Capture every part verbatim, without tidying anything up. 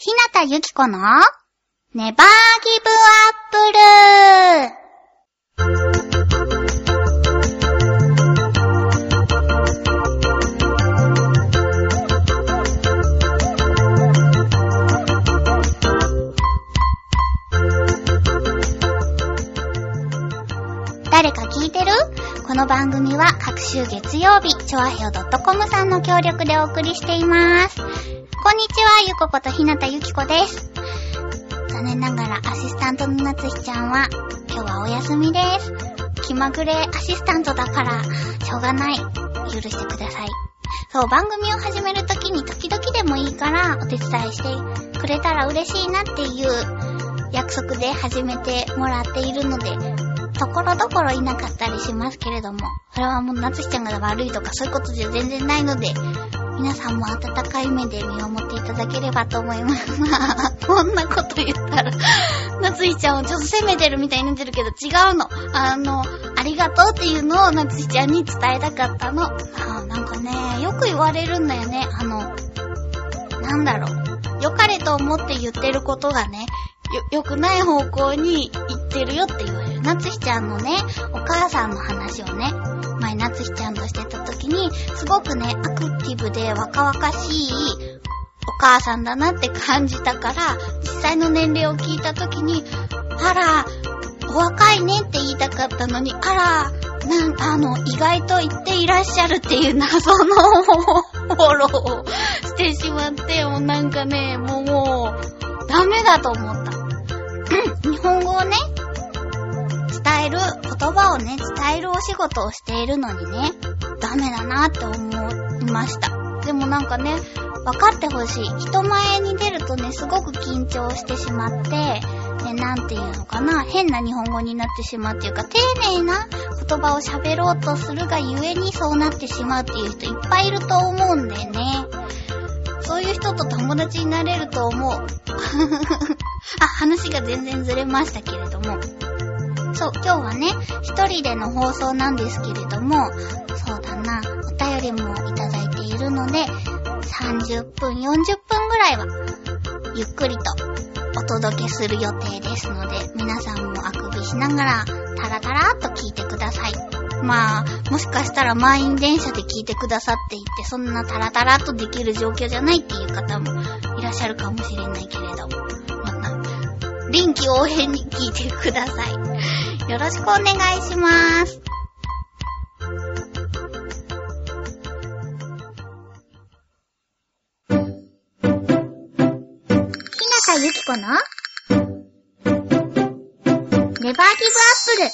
日向ゆき子のネバーギブアップル。誰か聞いてる？この番組は各週月曜日、チョアヘオ .com さんの協力でお送りしています。こんにちは、ゆこことひなたゆきこです。残念ながらアシスタントのなつひちゃんは今日はお休みです。気まぐれアシスタントだからしょうがない。許してください。そう、番組を始めるときに時々でもいいからお手伝いしてくれたら嬉しいなっていう約束で始めてもらっているので、ところどころいなかったりしますけれども、それはもうなつひちゃんが悪いとかそういうことじゃ全然ないので、皆さんも温かい目で見守っていただければと思います。こんなこと言ったらなつひちゃんをちょっと責めてるみたいになってるけど、違うの。あのありがとうっていうのをなつひちゃんに伝えたかったの。あ、なんかね、よく言われるんだよね。あのなんだろう、良かれと思って言ってることがね、よ、良くない方向に行ってるよって言われる。なつひちゃんのね、お母さんの話をね、前なつひちゃんとしてた時に、すごくね、アクティブで若々しいお母さんだなって感じたから、実際の年齢を聞いた時に、あら、お若いねって言いたかったのに、あら、なんあの、意外と言っていらっしゃるっていう謎のフォローをしてしまって、もうなんかね、もう、もう、ダメだと思った。日本語をね、伝える、言葉をね、伝えるお仕事をしているのにね、ダメだなって思いました。でもなんかね、分かってほしい。人前に出るとね、すごく緊張してしまって、ね、なんていうのかな、変な日本語になってしまうっていうか、丁寧な言葉を喋ろうとするがゆえにそうなってしまうっていう人いっぱいいると思うんだよね。そういう人と友達になれると思う。あ、話が全然ずれましたけれども。そう、今日はね、一人での放送なんですけれども、そうだな、お便りもいただいているので、さんじゅっぷん、よんじゅっぷんぐらいは、ゆっくりとお届けする予定ですので、皆さんもあくびしながら、タラタラーっと聞いてください。まあ、もしかしたら満員電車で聞いてくださっていて、そんなタラタラっとできる状況じゃないっていう方もいらっしゃるかもしれないけれども、また、臨機応変に聞いてください。よろしくお願いします。日向ゆき子のネバーギブアップル。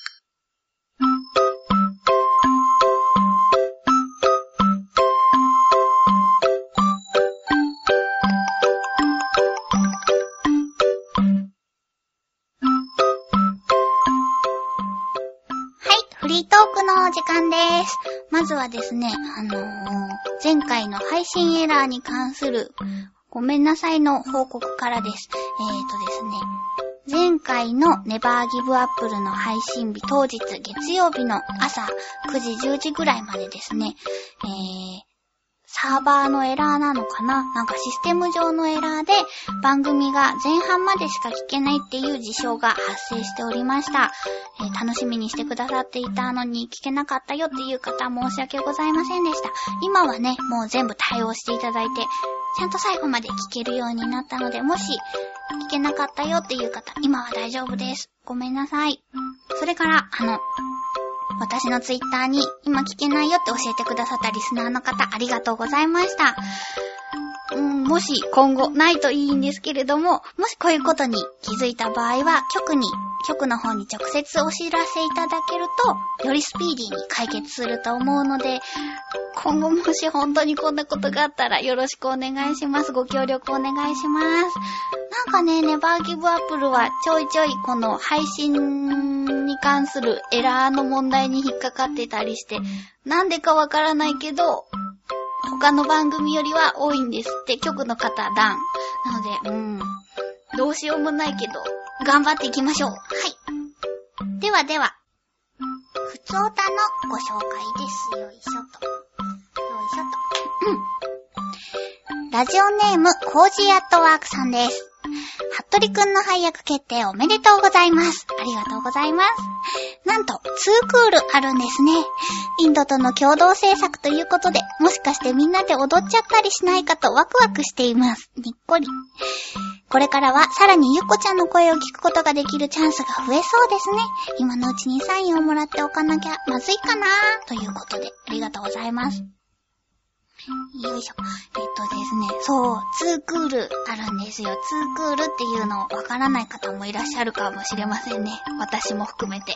フリートークのお時間です。まずはですね、あのー、前回の配信エラーに関するごめんなさいの報告からです。えーとですね、前回のネバーギブアップルの配信日当日月曜日の朝くじじゅうじぐらいまでですね、えー、サーバーのエラーなのかな、なんかシステム上のエラーで番組が前半までしか聞けないっていう事象が発生しておりました。えー、楽しみにしてくださっていたのに聞けなかったよっていう方申し訳ございませんでした。今はね、もう全部対応していただいて、ちゃんと最後まで聞けるようになったので、もし聞けなかったよっていう方、今は大丈夫です。ごめんなさい。それから、あの、私のツイッターに今聞けないよって教えてくださったリスナーの方、ありがとうございました。うん、もし今後ないといいんですけれども、もしこういうことに気づいた場合は、局に、局の方に直接お知らせいただけると、よりスピーディーに解決すると思うので、今後もし本当にこんなことがあったらよろしくお願いします。ご協力お願いします。なんかね、ネバーギブアップルはちょいちょいこの配信に関するエラーの問題に引っかかってたりして、なんでかわからないけど、他の番組よりは多いんですって、局の方、段。なので、うん、どうしようもないけど、頑張っていきましょう。はい。ではでは、ふつおたのご紹介です。よいしょと。よいしょと。うん。 ラジオネームコージーアットワークさんです。服部くんの配役決定おめでとうございます。ありがとうございます。なんとツークールあるんですね。インドとの共同制作ということで、もしかしてみんなで踊っちゃったりしないかとワクワクしています。にっこり。これからはさらにゆっこちゃんの声を聞くことができるチャンスが増えそうですね。今のうちにサインをもらっておかなきゃまずいかなということで、ありがとうございます。よいしょ。えっとですね、そう、ツークールあるんですよ。ツークールっていうのわからない方もいらっしゃるかもしれませんね。私も含めて。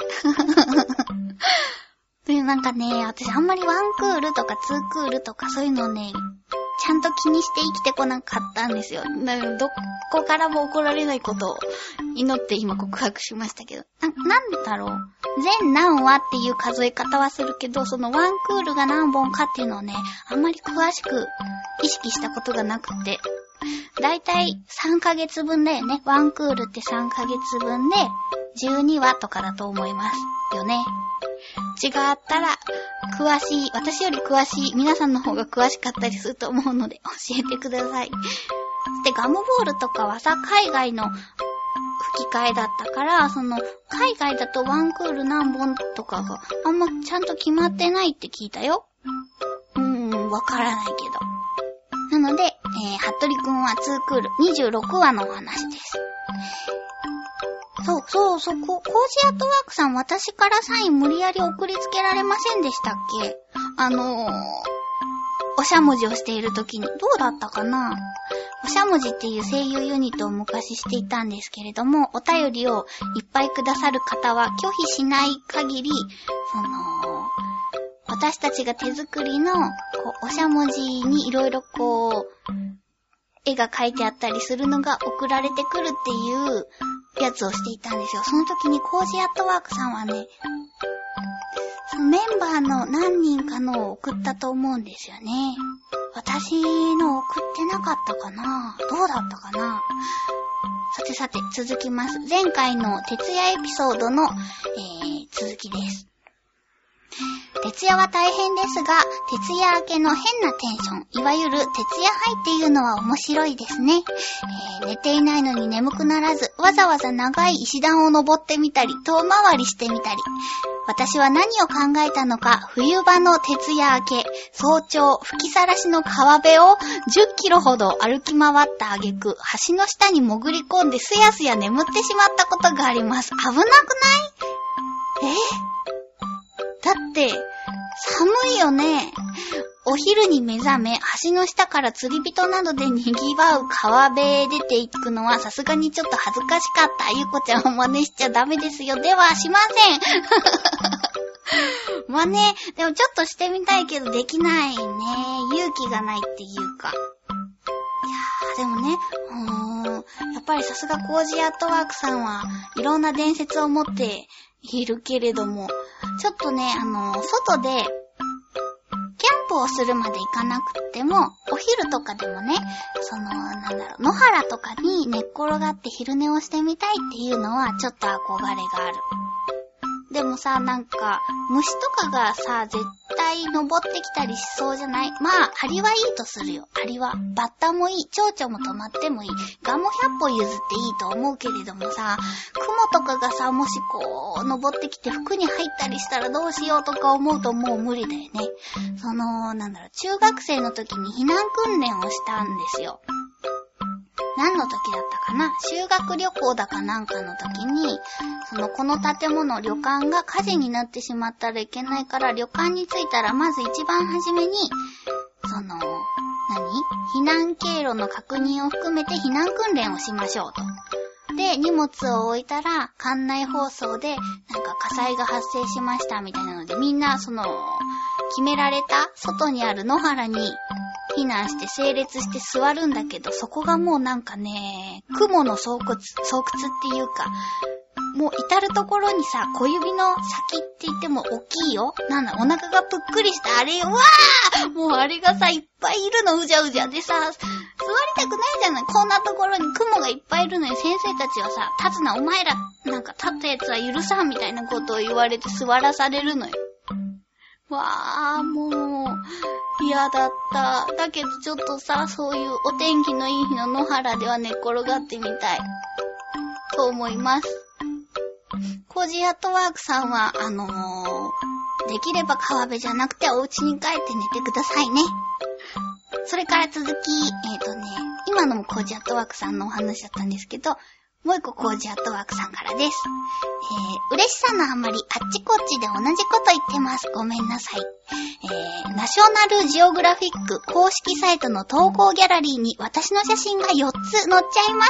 で、なんかね、私あんまりワンクールとかツークールとかそういうのをね、ちゃんと気にして生きてこなかったんですよ。だからどこからも怒られないことを祈って今告白しましたけど。な、なんだろう。全何話っていう数え方はするけど、そのワンクールが何本かっていうのをね、あんまり詳しく意識したことがなくて。だいたいさんかげつぶんだよね。ワンクールってさんかげつぶんでじゅうにわとかだと思いますよね。違ったら詳しい、私より詳しい皆さんの方が詳しかったりすると思うので教えてください。で、ガムボールとかはさ、海外の吹き替えだったから、その海外だとワンクール何本とかがあんまちゃんと決まってないって聞いたよ。うーん、わからないけど。なので、えー、服部くんはツークールにじゅうろくわのお話です。そう、そう、そこ、コージーアットワークさん、私からサイン無理やり送りつけられませんでしたっけ？あのー、おしゃもじをしているときに、どうだったかな？おしゃもじっていう声優ユニットを昔していたんですけれども、お便りをいっぱいくださる方は拒否しない限り、その、私たちが手作りの、こう、おしゃもじにいろいろこう、絵が描いてあったりするのが送られてくるっていうやつをしていたんですよ。その時にコージーアットワークさんはね、そのメンバーの何人かのを送ったと思うんですよね。私の送ってなかったかな？どうだったかな？さてさて続きます。前回の徹夜エピソードの、えー、続きです。徹夜は大変ですが、徹夜明けの変なテンション、いわゆる徹夜ハイっていうのは面白いですね。えー、寝ていないのに眠くならず、わざわざ長い石段を登ってみたり、遠回りしてみたり。私は何を考えたのか、冬場の徹夜明け、早朝、吹きさらしの川辺をじゅっキロほど歩き回った挙句、橋の下に潜り込んですやすや眠ってしまったことがあります。危なくない？え？だって、寒いよね。お昼に目覚め、橋の下から釣り人などで賑わう川辺へ出ていくのはさすがにちょっと恥ずかしかった。ゆこちゃんを真似しちゃダメですよ。ではしません。真似、でもちょっとしてみたいけどできないね。勇気がないっていうか。いやー、でもね、うーん、やっぱりさすがコージーアットワークさんはいろんな伝説を持っているけれども、ちょっとね、あの、外で、キャンプをするまで行かなくっても、お昼とかでもね、その、なんだろう、野原とかに寝っ転がって昼寝をしてみたいっていうのは、ちょっと憧れがある。でもさ、なんか、虫とかがさ、絶対登ってきたりしそうじゃない？まあ、アリはいいとするよ。アリは。バッタもいい。蝶々も止まってもいい。ガもひゃっぽ譲っていいと思うけれどもさ、雲とかがさ、もしこう、登ってきて服に入ったりしたらどうしようとか思うともう無理だよね。その、なんだろう、中学生の時に避難訓練をしたんですよ。何の時だったかな？修学旅行だかなんかの時に、そのこの建物、旅館が火事になってしまったらいけないから、旅館に着いたらまず一番初めに、その、何？避難経路の確認を含めて避難訓練をしましょうと。で、荷物を置いたら、館内放送で、なんか火災が発生しましたみたいなので、みんなその、決められた外にある野原に、避難して整列して座るんだけど、そこがもうなんかね、雲の巣窟、巣窟っていうか、もう至るところにさ、小指の先って言っても大きいよ。なんだ、お腹がぷっくりしたあれよ。わー！もうあれがさ、いっぱいいるの、うじゃうじゃ。でさ、座りたくないじゃない。こんなところに雲がいっぱいいるのに、先生たちはさ、立つな、お前ら、なんか立ったやつは許さんみたいなことを言われて座らされるのよ。 わー、もう、嫌だった。だけどちょっとさ、そういうお天気のいい日の野原では寝っ転がってみたい。と思います。コージーアットワークさんは、あのー、できれば川辺じゃなくてお家に帰って寝てくださいね。それから続き、えっとね、今のもコージーアットワークさんのお話だったんですけど、もう一個コージーアットワークさんからです。えー、嬉しさのあまりあっちこっちで同じこと言ってます。ごめんなさい。えー、ナショナルジオグラフィック公式サイトの投稿ギャラリーに私の写真がよっつ載っちゃいました。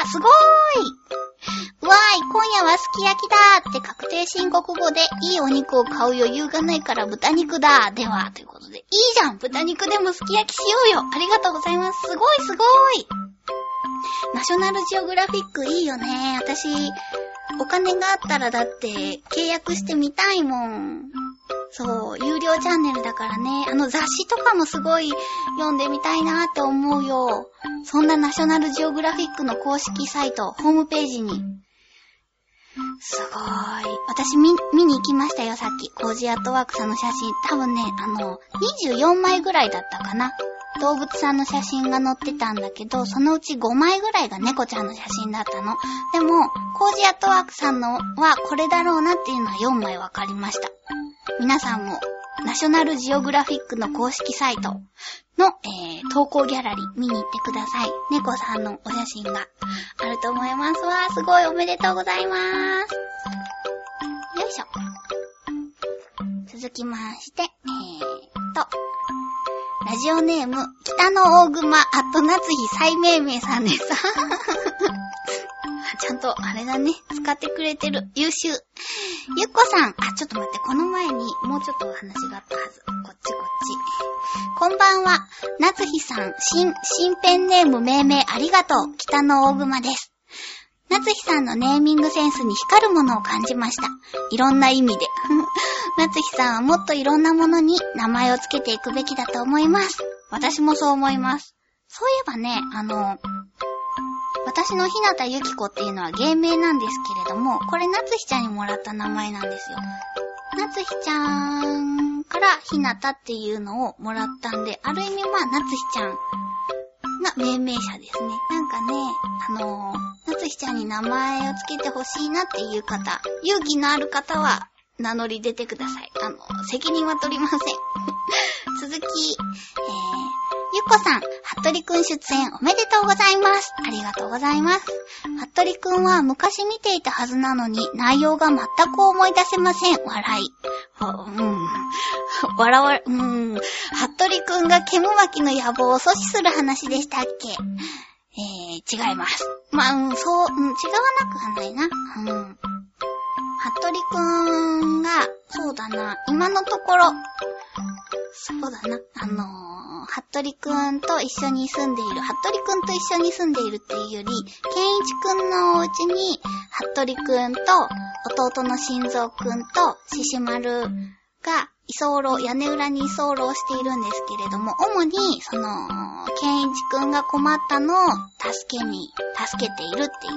すごーい。わーい、今夜はすき焼きだーって確定申告後でいいお肉を買う余裕がないから豚肉だー。では、ということで、いいじゃん、豚肉でもすき焼きしようよ。ありがとうございます。すごいすごい。ナショナルジオグラフィックいいよね。私、お金があったらだって契約してみたいもん。そう、有料チャンネルだからね。あの雑誌とかもすごい読んでみたいなって思うよ。そんなナショナルジオグラフィックの公式サイト、ホームページに。すごーい。私見、見に行きましたよ、さっき。コージーアットワークさんの写真。多分ね、あの、にじゅうよんまいぐらいだったかな。動物さんの写真が載ってたんだけど、そのうちごまいぐらいが猫ちゃんの写真だったの。でも、コージーアットワークさんのはこれだろうなっていうのはよんまいわかりました。皆さんも、ナショナルジオグラフィックの公式サイトの、えー、投稿ギャラリー見に行ってください。猫さんのお写真があると思いますわ。すごいおめでとうございます。よいしょ。続きまして、えーっと、ラジオネーム、北の大熊、アット夏日最命名さんです。ちゃんと、あれだね。使ってくれてる。優秀。ゆっこさん。あ、ちょっと待って。この前に、もうちょっとお話があったはず。こっちこっち。こんばんは。夏日さん。新、新ペンネーム命名ありがとう。北の大熊です。夏日さんのネーミングセンスに光るものを感じました。いろんな意味で。夏日さんはもっといろんなものに名前をつけていくべきだと思います。私もそう思います。そういえばね、あの、私の日向ゆき子っていうのは芸名なんですけれども、これ夏日ちゃんにもらった名前なんですよ。夏日ちゃんから日向っていうのをもらったんで、ある意味まあ夏日ちゃんが命名者ですね。なんかね、あのー、夏日ちゃんに名前をつけてほしいなっていう方、勇気のある方は名乗り出てください。あの、責任は取りません。続き、えー、ゆっこさん、服部くん出演おめでとうございます。ありがとうございます。服部くんは昔見ていたはずなのに内容が全く思い出せません。笑い。うん。笑わ、うん。服部くんが煙巻きの野望を阻止する話でしたっけ？えー、違います。まあ、うん、そう、うん、違わなくはないな。うん。服部くんが、そうだな、今のところ、そうだな、あのー、服部くんと一緒に住んでいる、服部くんと一緒に住んでいるっていうより、健一くんのお家に、服部くんと、弟の心臓くんと、獅子丸が、居候、屋根裏に居候しているんですけれども、主に、その、健一くんが困ったのを、助けに、助けているっていう。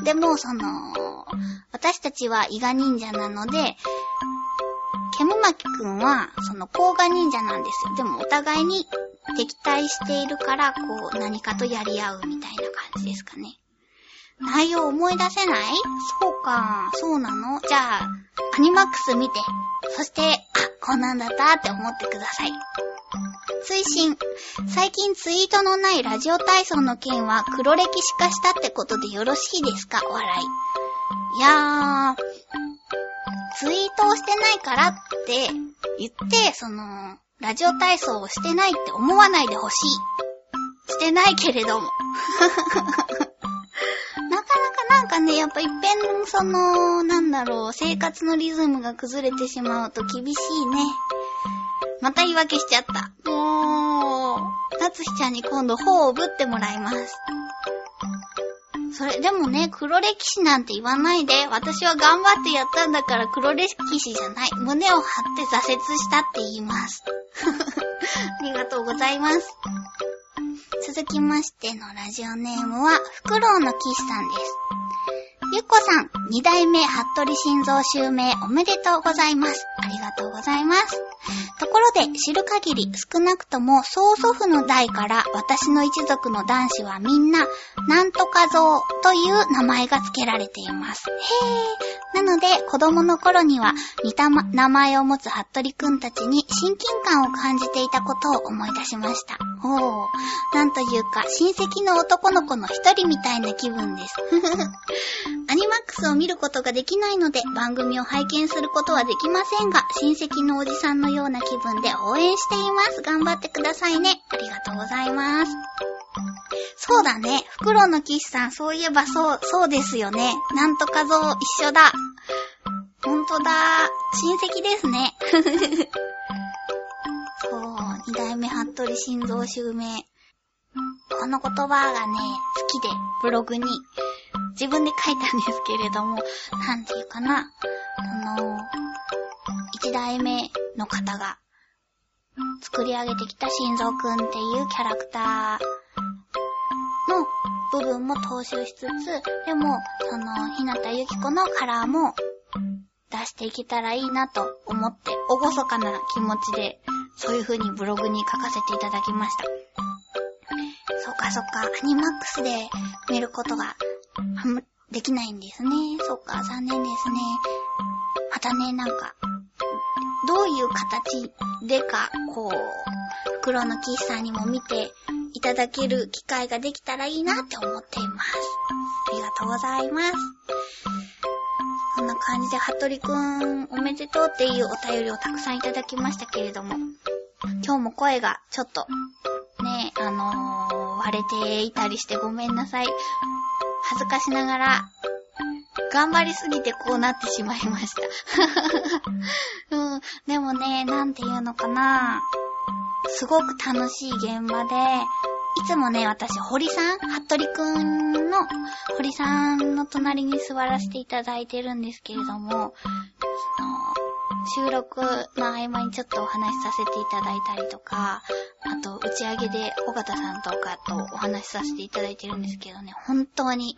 でも、その、私たちは伊賀忍者なので、煙巻くんは、その、甲賀忍者なんですよ。でも、お互いに敵対しているから、こう、何かとやり合うみたいな感じですかね。内容思い出せない？そうか、そうなの？じゃあ、アニマックス見て、そして、あ、こんなんだったって思ってください。追伸。最近ツイートのないラジオ体操の件は黒歴史化したってことでよろしいですか？笑い。いやー、ツイートをしてないからって言って、その、ラジオ体操をしてないって思わないでほしい。してないけれども。なかなかなんかね、やっぱ一遍、その、なんだろう、生活のリズムが崩れてしまうと厳しいね。また言い訳しちゃった。もう、夏日ちゃんに今度頬をぶってもらいます。それ、でもね、黒歴史なんて言わないで。私は頑張ってやったんだから黒歴史じゃない。胸を張って挫折したって言います。ありがとうございます。続きましてのラジオネームは、フクロウの騎士さんです。 ゆっこさん、二代目服部晋三襲名おめでとうございます。ありがとうございます。ところで、知る限り少なくとも曽祖父の代から私の一族の男子はみんな、なんとかぞうという名前が付けられています。へー。なので、子供の頃には似た、ま、名前を持つ服部くんたちに親近感を感じていたことを思い出しました。おー。なんというか、親戚の男の子の一人みたいな気分です。アニマックスを見ることができないので番組を拝見することはできませんが、親戚のおじさんのような気分で応援しています。頑張ってくださいね。ありがとうございます。そうだね。フクロウの騎士さん、そういえばそう、そうですよね。なんとかぞ一緒だ。ほんとだ。親戚ですね。そう、二代目服部晋三襲名。この言葉がね、好きでブログに自分で書いたんですけれども、なんていうかな、その、一代目の方が作り上げてきた晋三くんっていうキャラクターの部分も踏襲しつつ、でも、その、日向ゆき子のカラーも出していけたらいいなと思って、おごそかな気持ちで、そういう風にブログに書かせていただきました。そっかそっか、アニマックスで見ることができないんですね。そっか、残念ですね。またね、なんか、どういう形でか、こう、フクロウの騎士さんにも見ていただける機会ができたらいいなって思っています。ありがとうございます。こんな感じで、服部くんおめでとうっていうお便りをたくさんいただきましたけれども、今日も声がちょっと、ね、あのー、割れていたりしてごめんなさい。恥ずかしながら、頑張りすぎてこうなってしまいました。うん、でもね、なんていうのかな。すごく楽しい現場で、いつもね、私、堀さん、服部くんの、堀さんの隣に座らせていただいてるんですけれども、その収録の合間にちょっとお話しさせていただいたりとか、あと、打ち上げで尾形さんとかとお話しさせていただいてるんですけどね、本当に、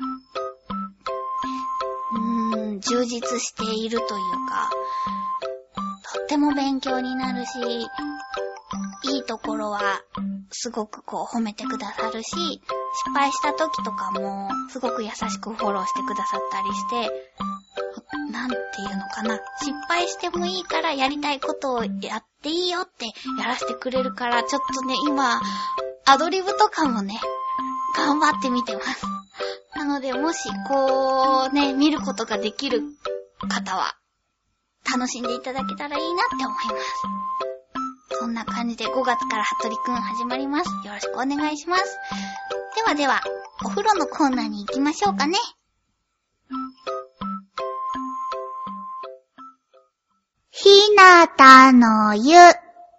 うーん、充実しているというか、とっても勉強になるし、いいところはすごくこう褒めてくださるし、失敗した時とかもすごく優しくフォローしてくださったりして、なんていうのかな、失敗してもいいからやりたいことをやっていいよってやらせてくれるから、ちょっとね、今アドリブとかもね、頑張ってみてます。なので、もしこうね、見ることができる方は楽しんでいただけたらいいなって思います。そんな感じでごがつから服部くん始まります。よろしくお願いします。ではでは、お風呂のコーナーに行きましょうかね。ひなたの湯。あ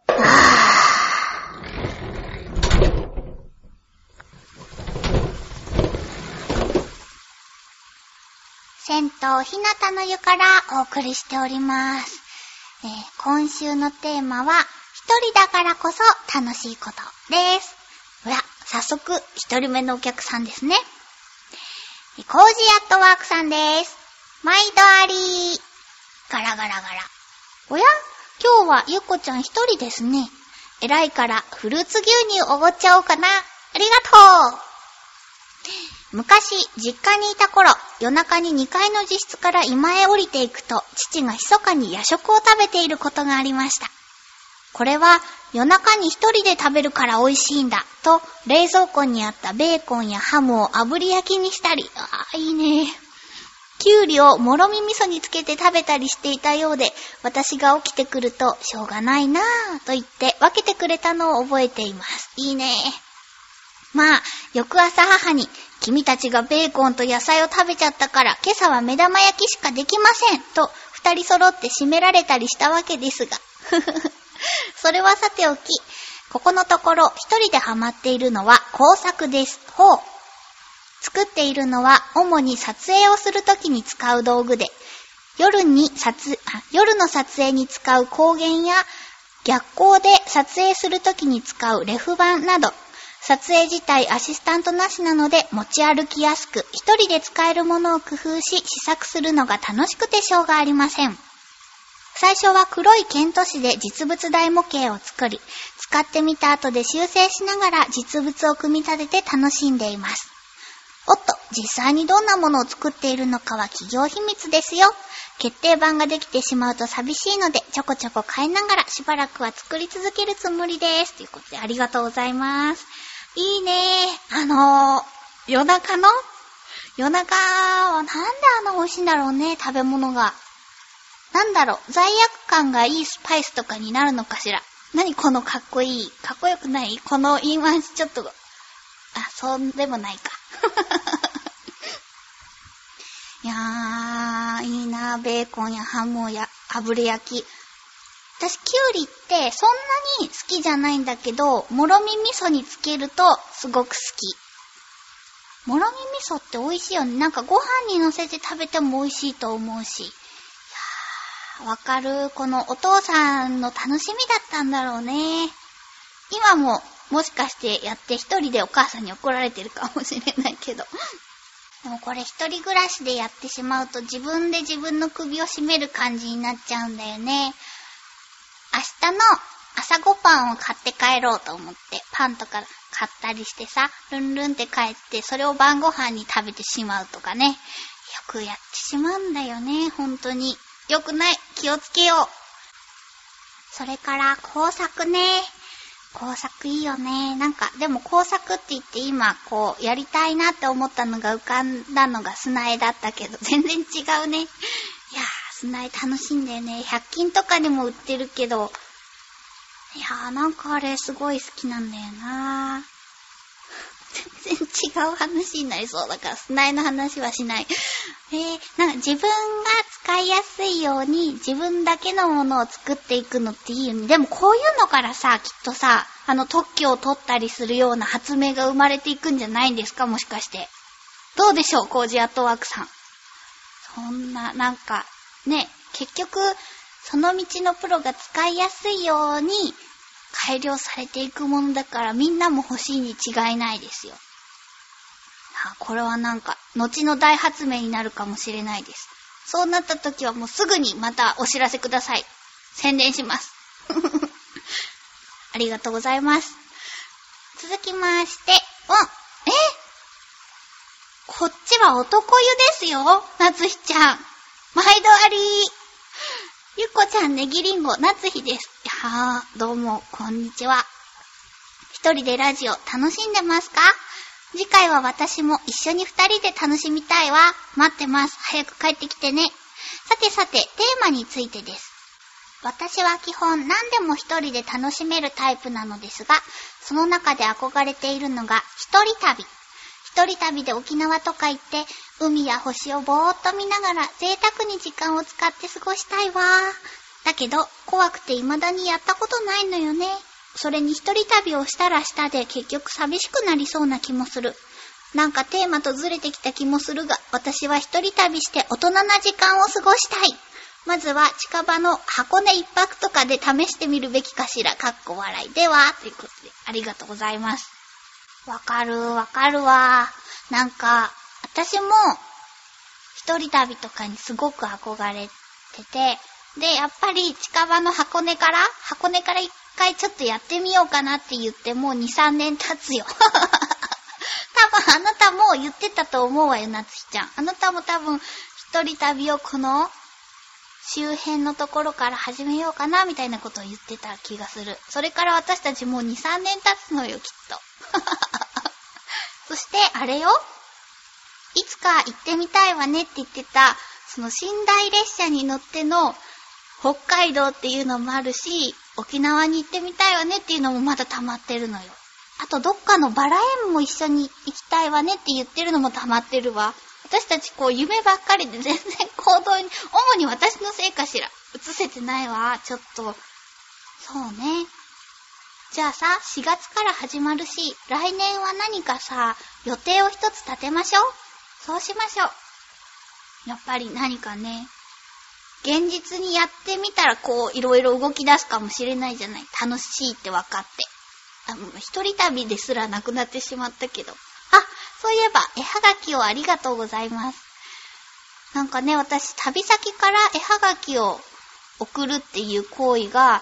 銭湯ひなたの湯からお送りしております。えー、今週のテーマは、一人だからこそ楽しいことです。ほら、早速一人目のお客さんですね。コージーアットワークさんです。毎度あり。ガラガラガラ。おや？今日はゆっこちゃん一人ですね。偉いからフルーツ牛乳おごっちゃおうかな。ありがとう。昔、実家にいた頃、夜中ににかいの自室から居間へ降りていくと、父が密かに夜食を食べていることがありました。これは夜中に一人で食べるから美味しいんだと、冷蔵庫にあったベーコンやハムを炙り焼きにしたり、あーいいね。きゅうりをもろみ味噌につけて食べたりしていたようで、私が起きてくるとしょうがないなぁと言って分けてくれたのを覚えています。いいね。まあ、翌朝母に、君たちがベーコンと野菜を食べちゃったから今朝は目玉焼きしかできませんと二人揃って締められたりしたわけですがそれはさておき、ここのところ一人でハマっているのは工作です。ほう。作っているのは主に撮影をするときに使う道具で、夜に撮あ夜の撮影に使う光源や逆光で撮影するときに使うレフ板など、 撮影自体アシスタントなしなので持ち歩きやすく、一人で使えるものを工夫し試作するのが楽しくてしょうがありません。最初は黒い剣都紙で実物大模型を作り、使ってみた後で修正しながら実物を組み立てて楽しんでいます。おっと、実際にどんなものを作っているのかは企業秘密ですよ。決定版ができてしまうと寂しいので、ちょこちょこ変えながらしばらくは作り続けるつもりです。ということでありがとうございます。いいねー。あのー、夜中の夜中はなんであの美味しいんだろうね、食べ物が。なんだろう、罪悪感がいいスパイスとかになるのかしら。何このかっこいい。かっこよくないこの言い回しちょっと、あ、そうでもないか。いやー、いいな、ベーコンやハムや炙り焼き。私、キュウリってそんなに好きじゃないんだけど、もろみ味噌につけるとすごく好き。もろみ味噌って美味しいよね。なんかご飯に乗せて食べても美味しいと思うし。いやー、わかる。このお父さんの楽しみだったんだろうね。今ももしかしてやって一人でお母さんに怒られてるかもしれないけど。でもこれ一人暮らしでやってしまうと自分で自分の首を絞める感じになっちゃうんだよね。明日の朝ごパンを買って帰ろうと思って、パンとか買ったりしてさ、ルンルンって帰って、それを晩ご飯に食べてしまうとかね。よくやってしまうんだよね、本当に。よくない。気をつけよう。それから工作ね。工作いいよね。なんか、でも工作って言って今、こう、やりたいなって思ったのが浮かんだのが砂絵だったけど、全然違うね。いやー、砂絵楽しいんだよね。ひゃく均とかにも売ってるけど、いやー、なんかあれすごい好きなんだよな。全然違う話になりそうだから砂絵の話はしない。えー、なんか自分が使いやすいように自分だけのものを作っていくのっていいよね。でもこういうのからさ、きっとさ、あの特許を取ったりするような発明が生まれていくんじゃないんですか、もしかして。どうでしょう、コージアットワークさん。そんな、なんか、ね、結局、その道のプロが使いやすいように改良されていくものだからみんなも欲しいに違いないですよ。あ、これはなんか後の大発明になるかもしれないです。そうなった時はもうすぐにまたお知らせください。宣伝します。ありがとうございます。続きまして、お、えこっちは男湯ですよ、夏日ちゃん。毎度あり。ゆっこちゃん、ねぎりんご、夏日です。いやー、どうも、こんにちは。一人でラジオ楽しんでますか？次回は私も一緒に二人で楽しみたいわ。待ってます。早く帰ってきてね。さてさて、テーマについてです。私は基本何でも一人で楽しめるタイプなのですが、その中で憧れているのが一人旅。一人旅で沖縄とか行って、海や星をぼーっと見ながら贅沢に時間を使って過ごしたいわ。だけど、怖くて未だにやったことないのよね。それに一人旅をしたらしたで結局寂しくなりそうな気もする。なんかテーマとずれてきた気もするが、私は一人旅して大人な時間を過ごしたい。まずは近場の箱根一泊とかで試してみるべきかしら。かっこ笑いでは。ということで、ありがとうございます。わかるわかるわ。なんか、私も一人旅とかにすごく憧れてて、で、やっぱり近場の箱根から、箱根から一回ちょっとやってみようかなって言ってもうに、さんねん経つよ。多分あなたも言ってたと思うわよ、夏日ちゃん。あなたも多分一人旅をこの周辺のところから始めようかなみたいなことを言ってた気がする。それから私たちもうに、さんねん経つのよ、きっと。そしてあれよ、いつか行ってみたいわねって言ってたその寝台列車に乗っての北海道っていうのもあるし、沖縄に行ってみたいわねっていうのもまだ溜まってるのよ。あとどっかのバラ園も一緒に行きたいわねって言ってるのも溜まってるわ。私たちこう夢ばっかりで全然行動に、主に私のせいかしら、移せてないわ。ちょっとそうね。じゃあさ、しがつから始まるし、来年は何かさ、予定を一つ立てましょう。そうしましょう。やっぱり何かね、現実にやってみたらこういろいろ動き出すかもしれないじゃない。楽しいって分かって。 あ、もう一人旅ですらなくなってしまったけど。あ、そういえば、絵はがきをありがとうございます。なんかね、私、旅先から絵はがきを送るっていう行為が、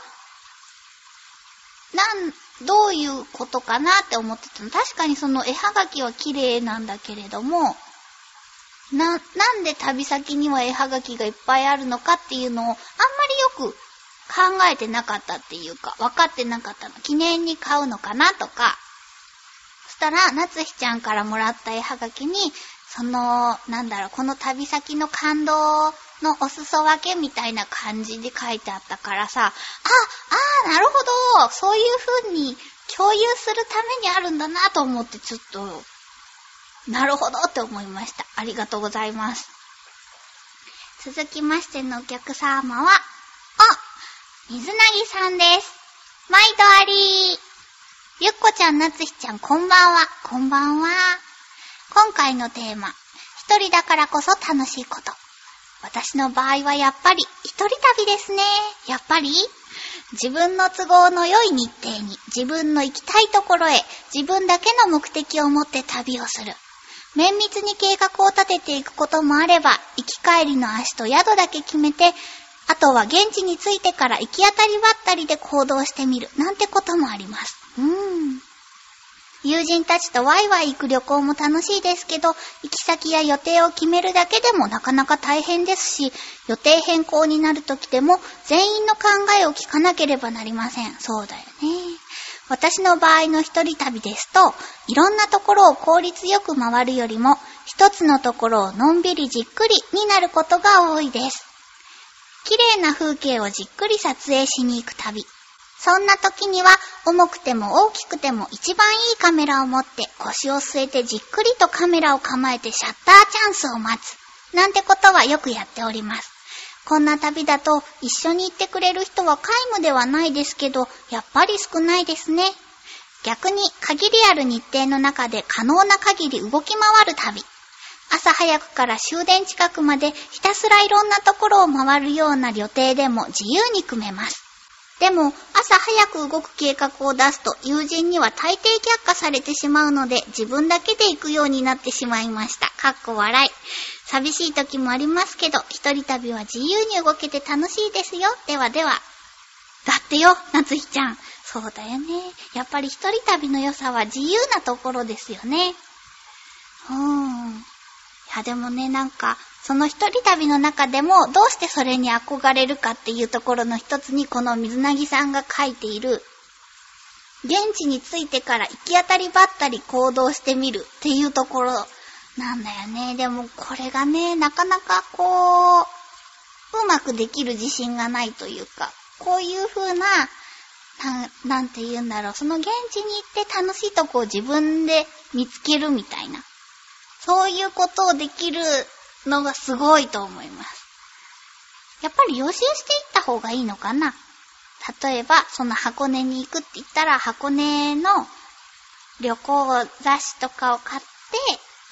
なん、どういうことかなって思ってたの。確かにその絵はがきは綺麗なんだけれども、な、なんで旅先には絵はがきがいっぱいあるのかっていうのをあんまりよく考えてなかったっていうか、分かってなかったの。記念に買うのかなとか。そしたら、なつひちゃんからもらった絵はがきに、その、なんだろう、この旅先の感動のお裾分けみたいな感じで書いてあったからさ、あ、あー、なるほど、そういう風に共有するためにあるんだなと思ってちょっと、なるほどって思いました。ありがとうございます。続きましてのお客様は、あ、水なぎさんです。毎度ありー。ゆっこちゃん、なつひちゃん、こんばんは。こんばんは。今回のテーマ、一人だからこそ楽しいこと。私の場合はやっぱり一人旅ですね。やっぱり自分の都合の良い日程に、自分の行きたいところへ、自分だけの目的を持って旅をする。綿密に計画を立てていくこともあれば、行き帰りの足と宿だけ決めて、あとは現地に着いてから行き当たりばったりで行動してみるなんてこともあります。うーん。友人たちとワイワイ行く旅行も楽しいですけど、行き先や予定を決めるだけでもなかなか大変ですし、予定変更になるときでも全員の考えを聞かなければなりません。そうだよね。私の場合の一人旅ですと、いろんなところを効率よく回るよりも、一つのところをのんびりじっくりになることが多いです。綺麗な風景をじっくり撮影しに行く旅。そんな時には重くても大きくても一番いいカメラを持って腰を据えてじっくりとカメラを構えてシャッターチャンスを待つなんてことはよくやっております。こんな旅だと一緒に行ってくれる人は皆無ではないですけど、やっぱり少ないですね。逆に限りある日程の中で可能な限り動き回る旅。朝早くから終電近くまでひたすらいろんなところを回るような旅程でも自由に組めます。でも朝早く動く計画を出すと友人には大抵却下されてしまうので自分だけで行くようになってしまいました。かっこ笑い。寂しい時もありますけど一人旅は自由に動けて楽しいですよ。ではでは。だってよ、なつひちゃん。そうだよね。やっぱり一人旅の良さは自由なところですよね。うーん。いやでもね、なんかその一人旅の中でもどうしてそれに憧れるかっていうところの一つにこの水なぎさんが書いている現地に着いてから行き当たりばったり行動してみるっていうところなんだよね。でもこれがね、なかなかこううまくできる自信がないというか、こういう風なな, なんて言うんだろう、その現地に行って楽しいとこを自分で見つけるみたいな、そういうことをできるのがすごいと思います。やっぱり予習していった方がいいのかな。例えばその箱根に行くって言ったら箱根の旅行雑誌とかを買って、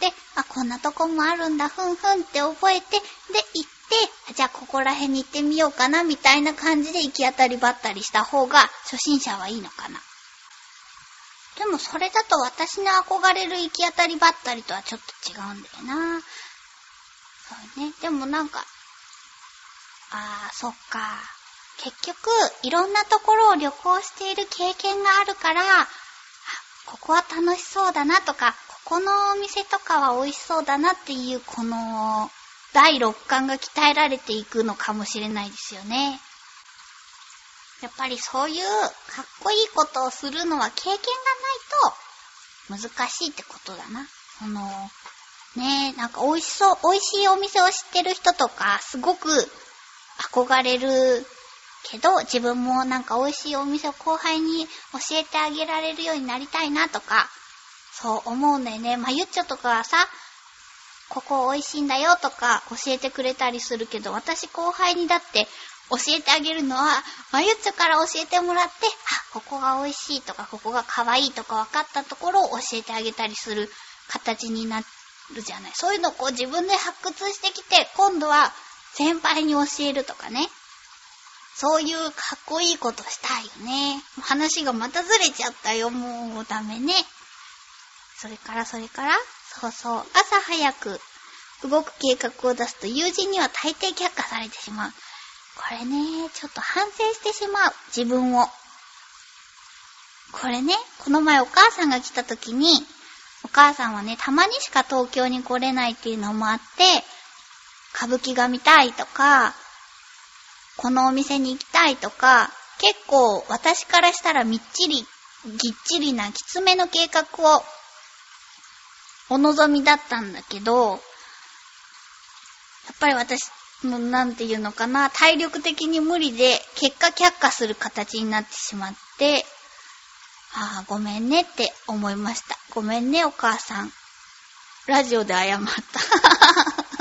で、あ、こんなとこもあるんだ、ふんふんって覚えて、で行って、じゃあここら辺に行ってみようかなみたいな感じで行き当たりばったりした方が初心者はいいのかな。でもそれだと私の憧れる行き当たりばったりとはちょっと違うんだよな。そうね。でもなんか、あー、そっか。結局、いろんなところを旅行している経験があるから、あ、ここは楽しそうだなとか、ここのお店とかは美味しそうだなっていう、この第六感が鍛えられていくのかもしれないですよね。やっぱりそういうかっこいいことをするのは経験がないと難しいってことだな。そのねえ、なんか美味しそう、美味しいお店を知ってる人とかすごく憧れるけど、自分もなんか美味しいお店を後輩に教えてあげられるようになりたいなとか、そう思うんだよね。まゆっちょとかはさ、ここ美味しいんだよとか教えてくれたりするけど、私後輩にだって教えてあげるのは、まゆっちょから教えてもらって、あ、ここが美味しいとか、ここが可愛いとか分かったところを教えてあげたりする形になるじゃない。そういうのをこう自分で発掘してきて、今度は先輩に教えるとかね。 そういうかっこいいことしたいよね。話がまたずれちゃったよ。もうダメね。それからそれからそうそう。朝早く動く計画を出すと友人には大抵却下されてしまう。これね、ちょっと反省してしまう。自分を。これね、この前お母さんが来た時に、お母さんはね、たまにしか東京に来れないっていうのもあって、歌舞伎が見たいとか、このお店に行きたいとか、結構私からしたらみっちり、ぎっちりなきつめの計画をお望みだったんだけど、やっぱり私もなんていうのかな、体力的に無理で結果却下する形になってしまって、ああ、ごめんねって思いました。ごめんねお母さん。ラジオで謝った。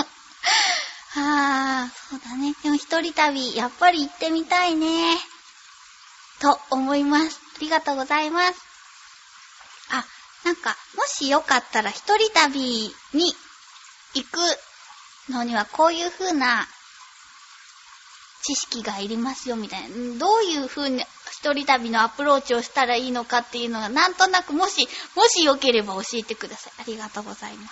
ああ、そうだね。でも一人旅、やっぱり行ってみたいね。と思います。ありがとうございます。あ、なんか、もしよかったら一人旅に行くのにはこういう風な知識がいりますよみたいな。どういう風に一人旅のアプローチをしたらいいのかっていうのがなんとなくもし、もしよければ教えてください。ありがとうございます。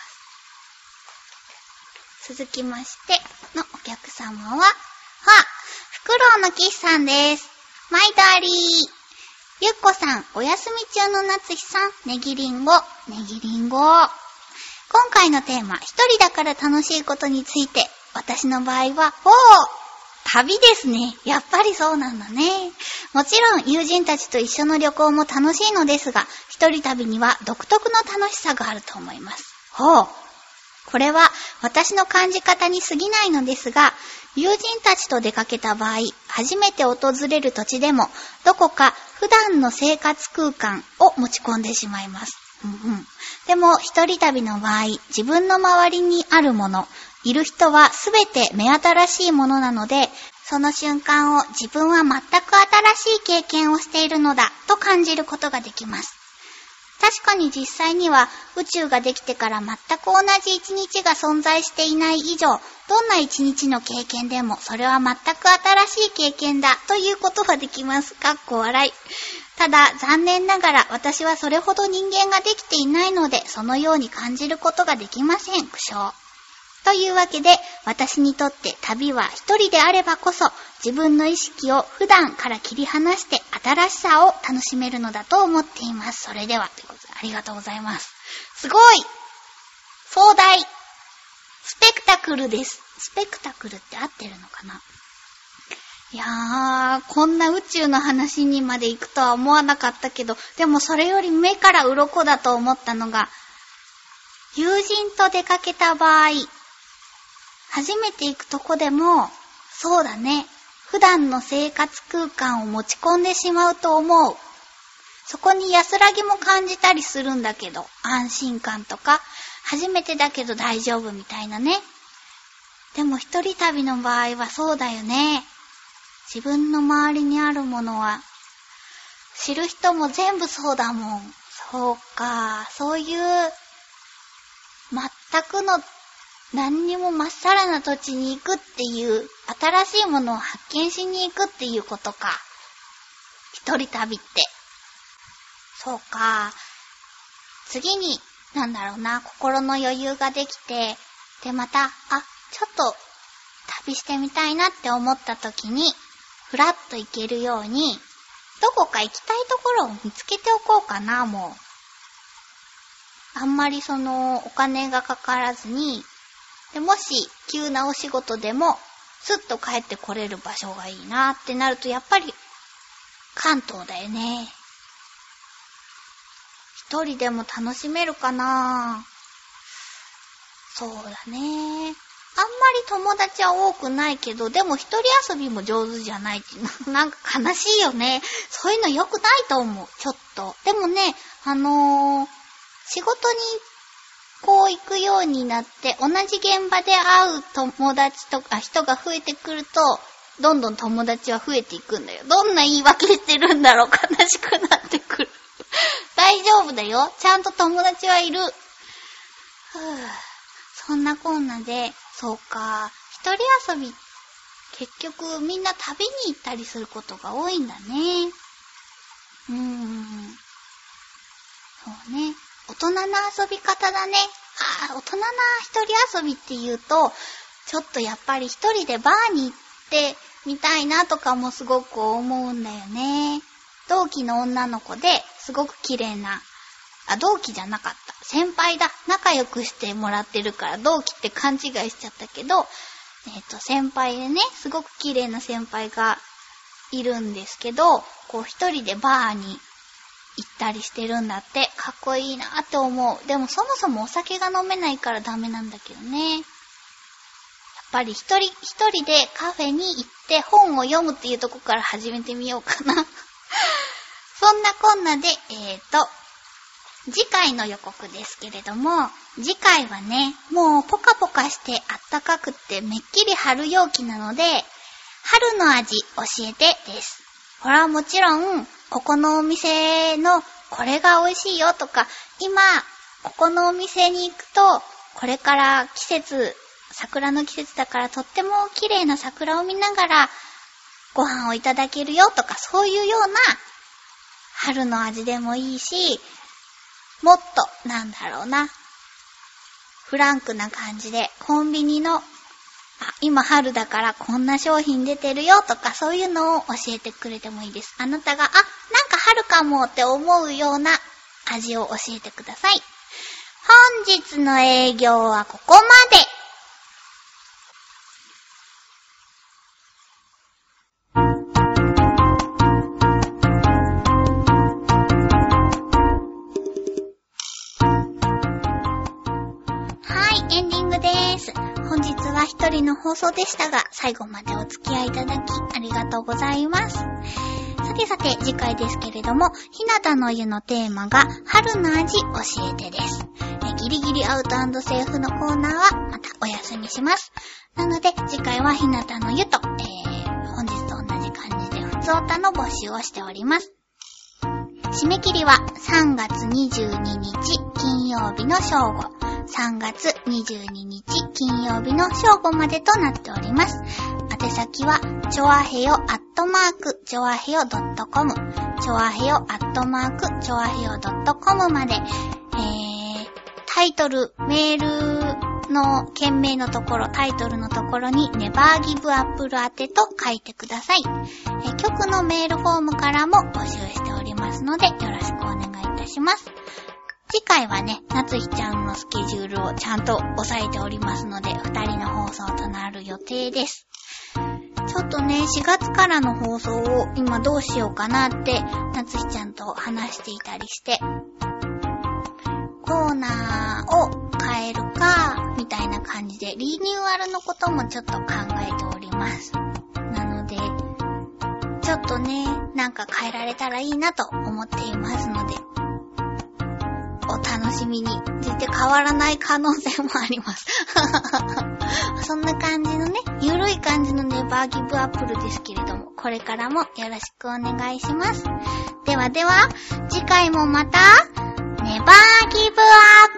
続きましてのお客様は、は、フクロウのキスさんです。マイダーリー。ゆっこさん、お休み中の夏日さん、ネギリンゴ、ネギリンゴ。今回のテーマ、一人だから楽しいことについて、私の場合は、おー、旅ですね。やっぱりそうなんだね。もちろん友人たちと一緒の旅行も楽しいのですが、一人旅には独特の楽しさがあると思います。ほう。これは私の感じ方に過ぎないのですが、友人たちと出かけた場合、初めて訪れる土地でも、どこか普段の生活空間を持ち込んでしまいます。うんうん、でも一人旅の場合、自分の周りにあるもの、いる人はすべて目新しいものなので、その瞬間を自分は全く新しい経験をしているのだと感じることができます。確かに実際には宇宙ができてから全く同じ一日が存在していない以上、どんな一日の経験でもそれは全く新しい経験だということができます。かっこ笑い。ただ残念ながら私はそれほど人間ができていないので、そのように感じることができません。苦笑。というわけで、私にとって旅は一人であればこそ、自分の意識を普段から切り離して新しさを楽しめるのだと思っています。それでは、ということでありがとうございます。すごい壮大スペクタクルです。スペクタクルって合ってるのかな？いやー、こんな宇宙の話にまで行くとは思わなかったけど、でもそれより目から鱗だと思ったのが、友人と出かけた場合、初めて行くとこでも、そうだね、普段の生活空間を持ち込んでしまうと思う。そこに安らぎも感じたりするんだけど、安心感とか、初めてだけど大丈夫みたいなね。でも一人旅の場合はそうだよね。自分の周りにあるものは、知る人も全部そうだもん。そうか、そういう、全くの何にもまっさらな土地に行くっていう、新しいものを発見しに行くっていうことか。一人旅って。そうか。次に、なんだろうな、心の余裕ができて、でまた、あ、ちょっと旅してみたいなって思った時に、ふらっと行けるように、どこか行きたいところを見つけておこうかな、もう。あんまりその、お金がかからずに、でもし、急なお仕事でも、スッと帰ってこれる場所がいいなってなると、やっぱり、関東だよね。一人でも楽しめるかな？そうだね。あんまり友達は多くないけど、でも一人遊びも上手じゃないっていうなんか悲しいよね。そういうの良くないと思う。ちょっと。でもね、あのー、仕事にこう行くようになって、同じ現場で会う友達とか人が増えてくると、どんどん友達は増えていくんだよ。どんな言い訳してるんだろう。悲しくなってくる。大丈夫だよ。ちゃんと友達はいる。ふぅ。そんなこんなで、そうか。一人遊び、 結局みんな旅に行ったりすることが多いんだね。うーん。そうね。大人の遊び方だね。ああ、大人な一人遊びって言うと、ちょっとやっぱり一人でバーに行ってみたいなとかもすごく思うんだよね。同期の女の子ですごく綺麗な、あ、同期じゃなかった。先輩だ。仲良くしてもらってるから同期って勘違いしちゃったけど、えっと、先輩でね、すごく綺麗な先輩がいるんですけど、こう一人でバーに行ったりしてるんだって。かっこいいなって思う。でもそもそもお酒が飲めないからダメなんだけどね。やっぱり一人一人でカフェに行って本を読むっていうとこから始めてみようかな。そんなこんなで、えーと、次回の予告ですけれども、次回はね、もうポカポカしてあったかくってめっきり春陽気なので、春の味教えてです。これはもちろん、ここのお店のこれが美味しいよとか、今、ここのお店に行くと、これから季節、桜の季節だからとっても綺麗な桜を見ながらご飯をいただけるよとか、そういうような春の味でもいいし、もっと、なんだろうな、フランクな感じでコンビニの、あ、今春だからこんな商品出てるよとか、そういうのを教えてくれてもいいです。あなたが、あ、なんか春かもって思うような味を教えてください。本日の営業はここまで。一人の放送でしたが、最後までお付き合いいただきありがとうございます。さてさて、次回ですけれども、ひなたの湯のテーマが春の味教えてです。えギリギリアウト&セーフのコーナーはまたお休みします。なので次回はひなたの湯と、えー、本日と同じ感じでふつおたの募集をしております。締め切りはさんがつにじゅうににち金曜日の正午、さんがつにじゅうににち金曜日の正午までとなっております。宛先はちょあへよアットマークちょあへよ .com ちょあへよアットマークちょあへよ .com まで、えー、タイトルメールの件名のところ、タイトルのところにネバーギブアップル宛てと書いてください。えー、局のメールフォームからも募集しておりますのでよろしくお願いいたします。次回はね、なつひちゃんのスケジュールをちゃんと押さえておりますので、二人の放送となる予定です。ちょっとね、しがつからの放送を今どうしようかなって、なつひちゃんと話していたりして、コーナーを変えるか、みたいな感じで、リニューアルのこともちょっと考えております。なので、ちょっとね、なんか変えられたらいいなと思っていますので、お楽しみに。絶対変わらない可能性もあります。そんな感じのね、ゆるい感じのネバーギブアップルですけれども、これからもよろしくお願いします。ではでは、次回もまた、ネバーギブアップ